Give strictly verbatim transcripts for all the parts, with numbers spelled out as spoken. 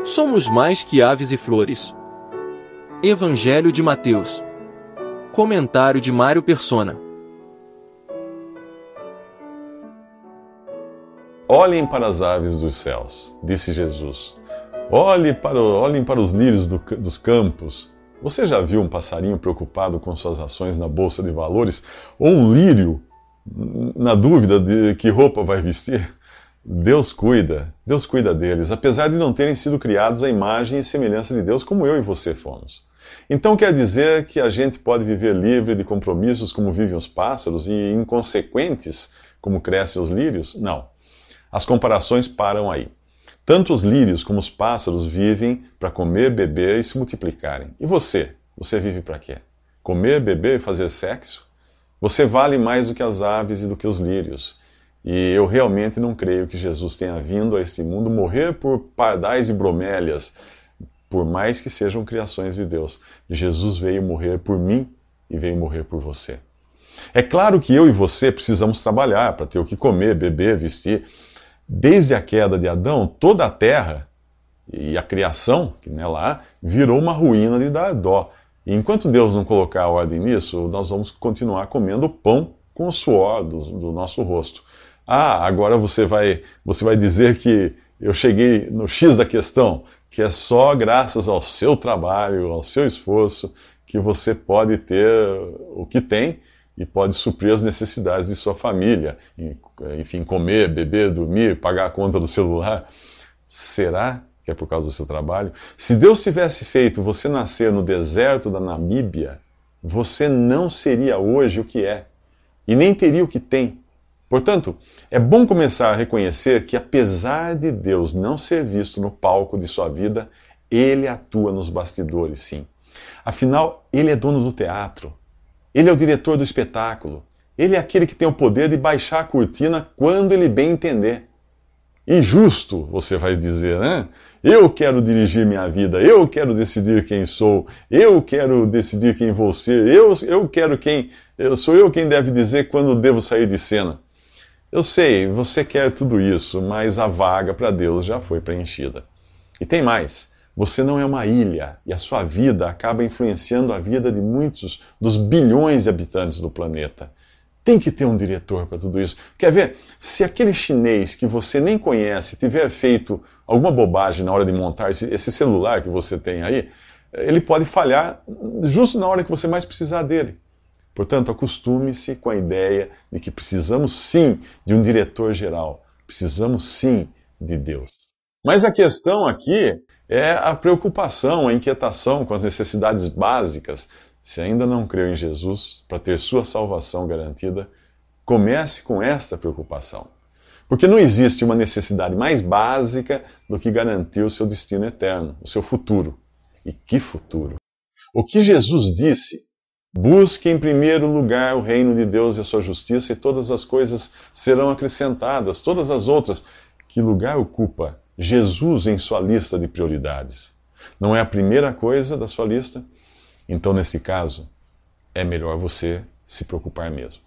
Somos mais que aves e flores. Evangelho de Mateus. Comentário de Mário Persona. Olhem para as aves dos céus, disse Jesus. Olhe para, olhem para os lírios do, dos campos. Você já viu um passarinho preocupado com suas ações na bolsa de valores? Ou um lírio na dúvida de que roupa vai vestir? Deus cuida, Deus cuida deles, apesar de não terem sido criados à imagem e semelhança de Deus, como eu e você fomos. Então quer dizer que a gente pode viver livre de compromissos como vivem os pássaros e inconsequentes como crescem os lírios? Não. As comparações param aí. Tanto os lírios como os pássaros vivem para comer, beber e se multiplicarem. E você? Você vive para quê? Comer, beber e fazer sexo? Você vale mais do que as aves e do que os lírios. E eu realmente não creio que Jesus tenha vindo a este mundo morrer por pardais e bromélias, por mais que sejam criações de Deus. Jesus veio morrer por mim e veio morrer por você. É claro que eu e você precisamos trabalhar para ter o que comer, beber, vestir. Desde a queda de Adão, toda a terra e a criação, que não é lá, virou uma ruína de dar dó. E enquanto Deus não colocar ordem nisso, nós vamos continuar comendo pão com o suor do, do nosso rosto. Ah, agora você vai, você vai dizer que eu cheguei no X da questão, que é só graças ao seu trabalho, ao seu esforço, que você pode ter o que tem e pode suprir as necessidades de sua família. Enfim, comer, beber, dormir, pagar a conta do celular. Será que é por causa do seu trabalho? Se Deus tivesse feito você nascer no deserto da Namíbia, você não seria hoje o que é, e nem teria o que tem. Portanto, é bom começar a reconhecer que, apesar de Deus não ser visto no palco de sua vida, Ele atua nos bastidores, sim. Afinal, Ele é dono do teatro. Ele é o diretor do espetáculo. Ele é aquele que tem o poder de baixar a cortina quando Ele bem entender. Injusto, você vai dizer, né? Eu quero dirigir minha vida, eu quero decidir quem sou, eu quero decidir quem vou ser, eu, eu quero quem... Eu, sou eu quem deve dizer quando devo sair de cena. Eu sei, você quer tudo isso, mas a vaga para Deus já foi preenchida. E tem mais, você não é uma ilha, e a sua vida acaba influenciando a vida de muitos dos bilhões de habitantes do planeta. Tem que ter um diretor para tudo isso. Quer ver? Se aquele chinês que você nem conhece tiver feito alguma bobagem na hora de montar esse, esse celular que você tem aí, ele pode falhar justo na hora que você mais precisar dele. Portanto, acostume-se com a ideia de que precisamos sim de um diretor geral. Precisamos sim de Deus. Mas a questão aqui é a preocupação, a inquietação com as necessidades básicas. Se ainda não creu em Jesus para ter sua salvação garantida, comece com esta preocupação. Porque não existe uma necessidade mais básica do que garantir o seu destino eterno, o seu futuro. E que futuro! O que Jesus disse: busque em primeiro lugar o reino de Deus e a sua justiça, e todas as coisas serão acrescentadas, todas as outras. Que lugar ocupa Jesus em sua lista de prioridades? Não é a primeira coisa da sua lista? Então, nesse caso, é melhor você se preocupar mesmo.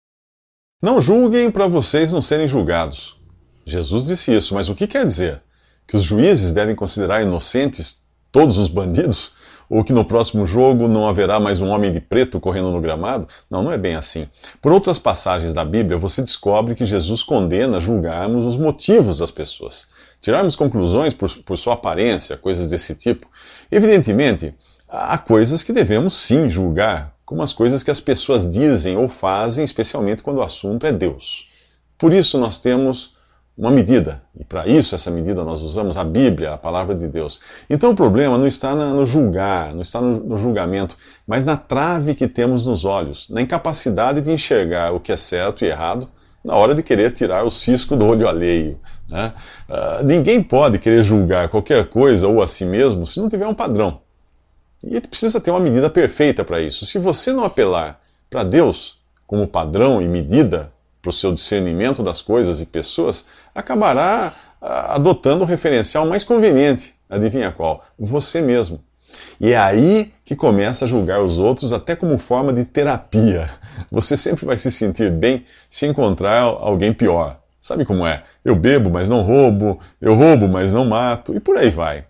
Não julguem para vocês não serem julgados. Jesus disse isso, mas o que quer dizer? Que os juízes devem considerar inocentes todos os bandidos? Ou que no próximo jogo não haverá mais um homem de preto correndo no gramado? Não, não é bem assim. Por outras passagens da Bíblia, você descobre que Jesus condena julgarmos os motivos das pessoas. Tirarmos conclusões por, por sua aparência, coisas desse tipo. Evidentemente, há coisas que devemos sim julgar, como as coisas que as pessoas dizem ou fazem, especialmente quando o assunto é Deus. Por isso nós temos uma medida, e para isso essa medida nós usamos a Bíblia, a palavra de Deus. Então o problema não está no julgar, não está no julgamento, mas na trave que temos nos olhos, na incapacidade de enxergar o que é certo e errado, na hora de querer tirar o cisco do olho alheio. Né? Uh, ninguém pode querer julgar qualquer coisa ou a si mesmo se não tiver um padrão. E precisa ter uma medida perfeita para isso. Se você não apelar para Deus como padrão e medida para o seu discernimento das coisas e pessoas, acabará ah, adotando o referencial mais conveniente. Adivinha qual? Você mesmo. E é aí que começa a julgar os outros até como forma de terapia. Você sempre vai se sentir bem se encontrar alguém pior. Sabe como é? Eu bebo, mas não roubo. Eu roubo, mas não mato. E por aí vai.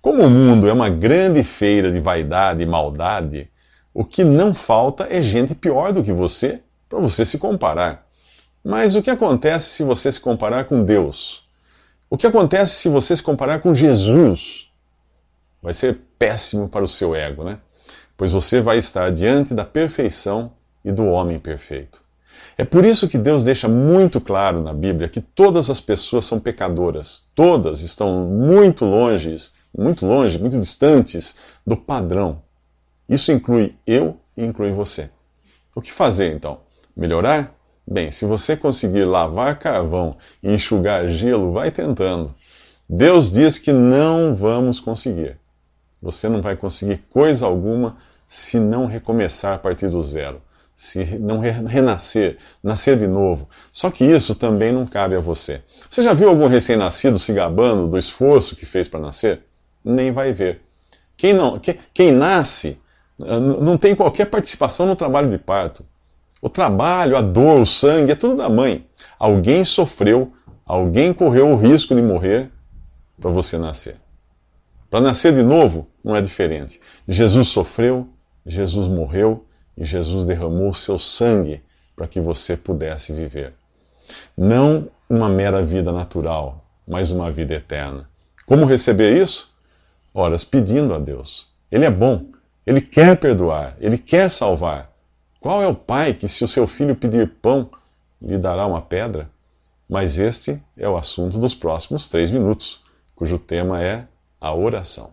Como o mundo é uma grande feira de vaidade e maldade, o que não falta é gente pior do que você, para você se comparar. Mas o que acontece se você se comparar com Deus? O que acontece se você se comparar com Jesus? Vai ser péssimo para o seu ego, né? Pois você vai estar diante da perfeição e do homem perfeito. É por isso que Deus deixa muito claro na Bíblia que todas as pessoas são pecadoras. Todas estão muito longe, muito longe, muito distantes do padrão. Isso inclui eu e inclui você. O que fazer então? Melhorar? Bem, se você conseguir lavar carvão e enxugar gelo, vai tentando. Deus diz que não vamos conseguir. Você não vai conseguir coisa alguma se não recomeçar a partir do zero. Se não renascer, nascer de novo. Só que isso também não cabe a você. Você já viu algum recém-nascido se gabando do esforço que fez para nascer? Nem vai ver. Quem, não, quem, quem nasce não tem qualquer participação no trabalho de parto. O trabalho, a dor, o sangue, é tudo da mãe. Alguém sofreu, alguém correu o risco de morrer para você nascer. Para nascer de novo, não é diferente. Jesus sofreu, Jesus morreu e Jesus derramou o seu sangue para que você pudesse viver. Não uma mera vida natural, mas uma vida eterna. Como receber isso? Ora, pedindo a Deus. Ele é bom, Ele quer perdoar, Ele quer salvar. Qual é o pai que, se o seu filho pedir pão, lhe dará uma pedra? Mas este é o assunto dos próximos três minutos, cujo tema é a oração.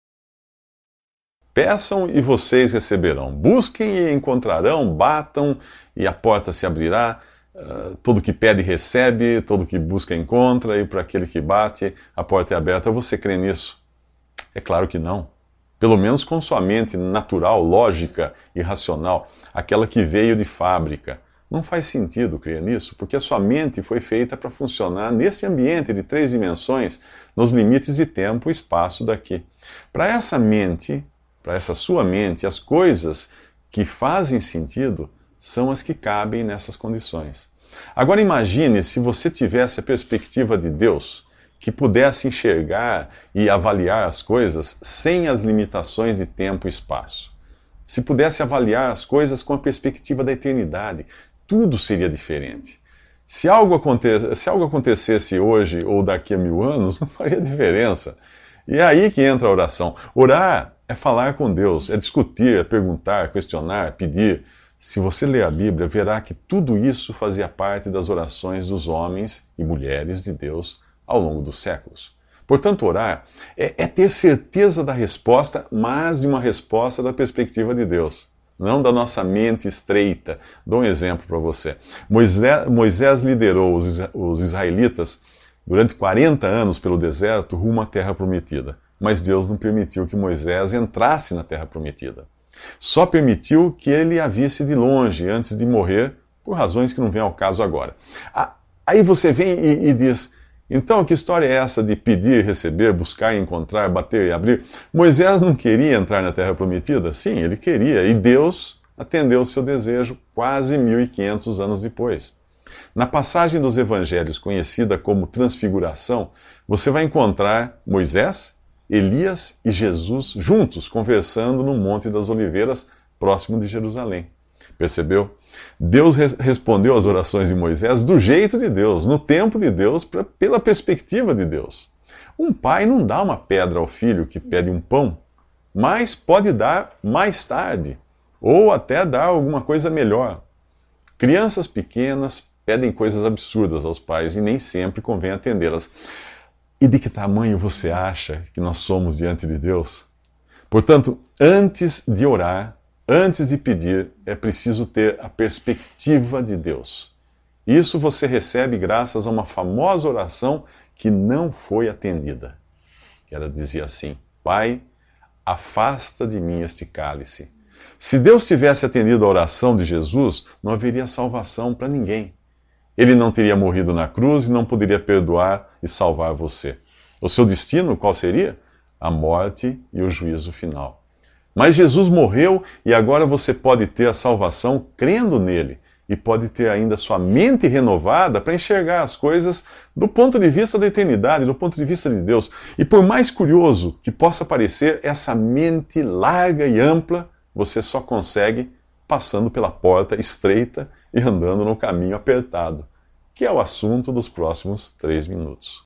Peçam e vocês receberão. Busquem e encontrarão. Batam e a porta se abrirá. Uh, todo que pede recebe, todo que busca encontra, e para aquele que bate, a porta é aberta. Você crê nisso? É claro que não. Pelo menos com sua mente natural, lógica e racional, aquela que veio de fábrica. Não faz sentido crer nisso, porque a sua mente foi feita para funcionar nesse ambiente de três dimensões, nos limites de tempo e espaço daqui. Para essa mente, para essa sua mente, as coisas que fazem sentido são as que cabem nessas condições. Agora imagine se você tivesse a perspectiva de Deus, que pudesse enxergar e avaliar as coisas sem as limitações de tempo e espaço. Se pudesse avaliar as coisas com a perspectiva da eternidade, tudo seria diferente. Se algo, aconte- se algo acontecesse hoje ou daqui a mil anos, não faria diferença. E é aí que entra a oração. Orar é falar com Deus, é discutir, é perguntar, questionar, pedir. Se você ler a Bíblia, verá que tudo isso fazia parte das orações dos homens e mulheres de Deus ao longo dos séculos. Portanto, orar é, é ter certeza da resposta, mas de uma resposta da perspectiva de Deus, não da nossa mente estreita. Dou um exemplo para você. Moisés, Moisés liderou os, os israelitas durante quarenta anos pelo deserto rumo à terra prometida, mas Deus não permitiu que Moisés entrasse na terra prometida. Só permitiu que ele a visse de longe antes de morrer, por razões que não vêm ao caso agora. Aí você vem e, e diz... Então, que história é essa de pedir, receber, buscar, encontrar, bater e abrir? Moisés não queria entrar na Terra Prometida? Sim, ele queria, e Deus atendeu o seu desejo quase mil e quinhentos anos depois. Na passagem dos Evangelhos, conhecida como Transfiguração, você vai encontrar Moisés, Elias e Jesus juntos, conversando no Monte das Oliveiras, próximo de Jerusalém. Percebeu? Deus res- respondeu às orações de Moisés do jeito de Deus, no tempo de Deus, pra, pela perspectiva de Deus. Um pai não dá uma pedra ao filho que pede um pão, mas pode dar mais tarde, ou até dar alguma coisa melhor. Crianças pequenas pedem coisas absurdas aos pais e nem sempre convém atendê-las. E de que tamanho você acha que nós somos diante de Deus? Portanto, antes de orar, antes de pedir, é preciso ter a perspectiva de Deus. Isso você recebe graças a uma famosa oração que não foi atendida. Ela dizia assim: Pai, afasta de mim este cálice. Se Deus tivesse atendido a oração de Jesus, não haveria salvação para ninguém. Ele não teria morrido na cruz e não poderia perdoar e salvar você. O seu destino qual seria? A morte e o juízo final. Mas Jesus morreu e agora você pode ter a salvação crendo nele e pode ter ainda sua mente renovada para enxergar as coisas do ponto de vista da eternidade, do ponto de vista de Deus. E por mais curioso que possa parecer, essa mente larga e ampla você só consegue passando pela porta estreita e andando no caminho apertado, que é o assunto dos próximos três minutos.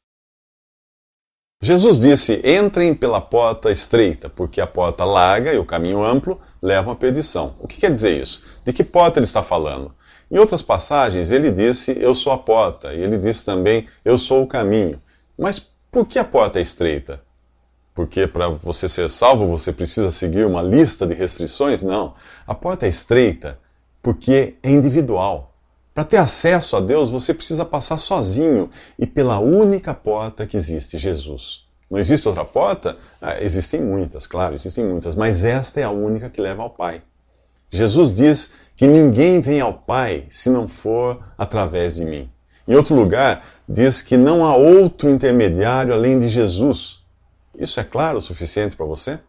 Jesus disse: entrem pela porta estreita, porque a porta larga e o caminho amplo levam à perdição. O que quer dizer isso? De que porta ele está falando? Em outras passagens, ele disse: eu sou a porta, e ele disse também: eu sou o caminho. Mas por que a porta é estreita? Porque para você ser salvo, você precisa seguir uma lista de restrições? Não. A porta é estreita porque é individual. Para ter acesso a Deus, você precisa passar sozinho e pela única porta que existe, Jesus. Não existe outra porta? Ah, existem muitas, claro, existem muitas, mas esta é a única que leva ao Pai. Jesus diz que ninguém vem ao Pai se não for através de mim. Em outro lugar, diz que não há outro intermediário além de Jesus. Isso é claro o suficiente para você?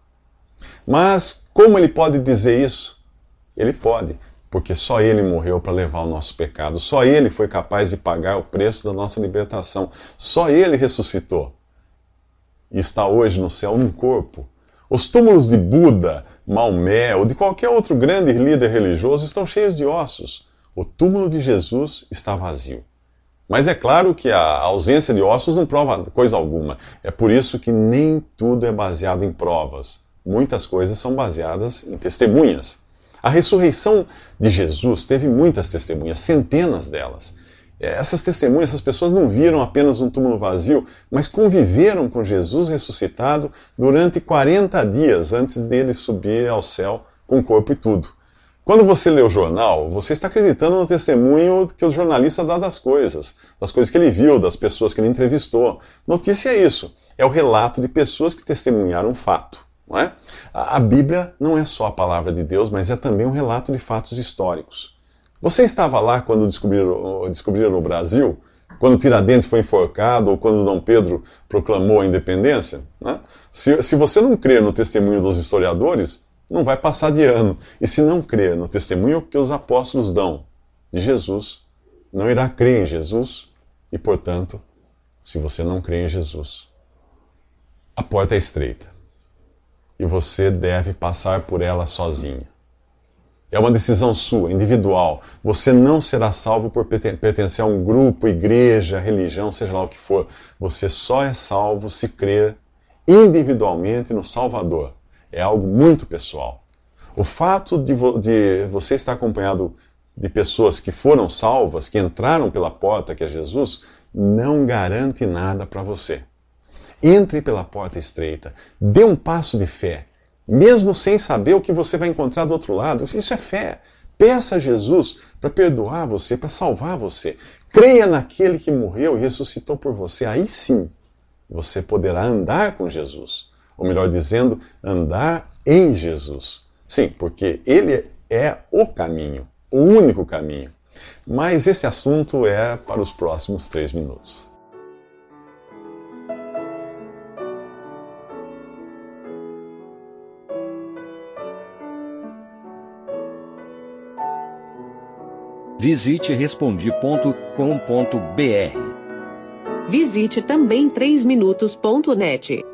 Mas como ele pode dizer isso? Ele pode, porque só ele morreu para levar o nosso pecado. Só ele foi capaz de pagar o preço da nossa libertação. Só ele ressuscitou e está hoje no céu num corpo. Os túmulos de Buda, Maomé ou de qualquer outro grande líder religioso estão cheios de ossos. O túmulo de Jesus está vazio. Mas é claro que a ausência de ossos não prova coisa alguma. É por isso que nem tudo é baseado em provas. Muitas coisas são baseadas em testemunhas. A ressurreição de Jesus teve muitas testemunhas, centenas delas. Essas testemunhas, essas pessoas não viram apenas um túmulo vazio, mas conviveram com Jesus ressuscitado durante quarenta dias antes dele subir ao céu com o corpo e tudo. Quando você lê o jornal, você está acreditando no testemunho que o jornalista dá das coisas, das coisas que ele viu, das pessoas que ele entrevistou. Notícia é isso, é o relato de pessoas que testemunharam um fato. Não é? A Bíblia não é só a palavra de Deus, mas é também um relato de fatos históricos. Você estava lá quando descobriram, descobriram o Brasil? Quando Tiradentes foi enforcado ou quando Dom Pedro proclamou a independência? Né? Se, se você não crer no testemunho dos historiadores, não vai passar de ano. E se não crer no testemunho que os apóstolos dão de Jesus, não irá crer em Jesus. E, portanto, se você não crê em Jesus, a porta é estreita. E você deve passar por ela sozinho. É uma decisão sua, individual. Você não será salvo por pertencer a um grupo, igreja, religião, seja lá o que for. Você só é salvo se crer individualmente no Salvador. É algo muito pessoal. O fato de, vo de você estar acompanhado de pessoas que foram salvas, que entraram pela porta que é Jesus, não garante nada para você. Entre pela porta estreita, dê um passo de fé, mesmo sem saber o que você vai encontrar do outro lado. Isso é fé. Peça a Jesus para perdoar você, para salvar você. Creia naquele que morreu e ressuscitou por você. Aí sim, você poderá andar com Jesus. Ou melhor dizendo, andar em Jesus. Sim, porque ele é o caminho, o único caminho. Mas esse assunto é para os próximos três minutos. Visite respondi ponto com ponto br. Visite também três minutos ponto net.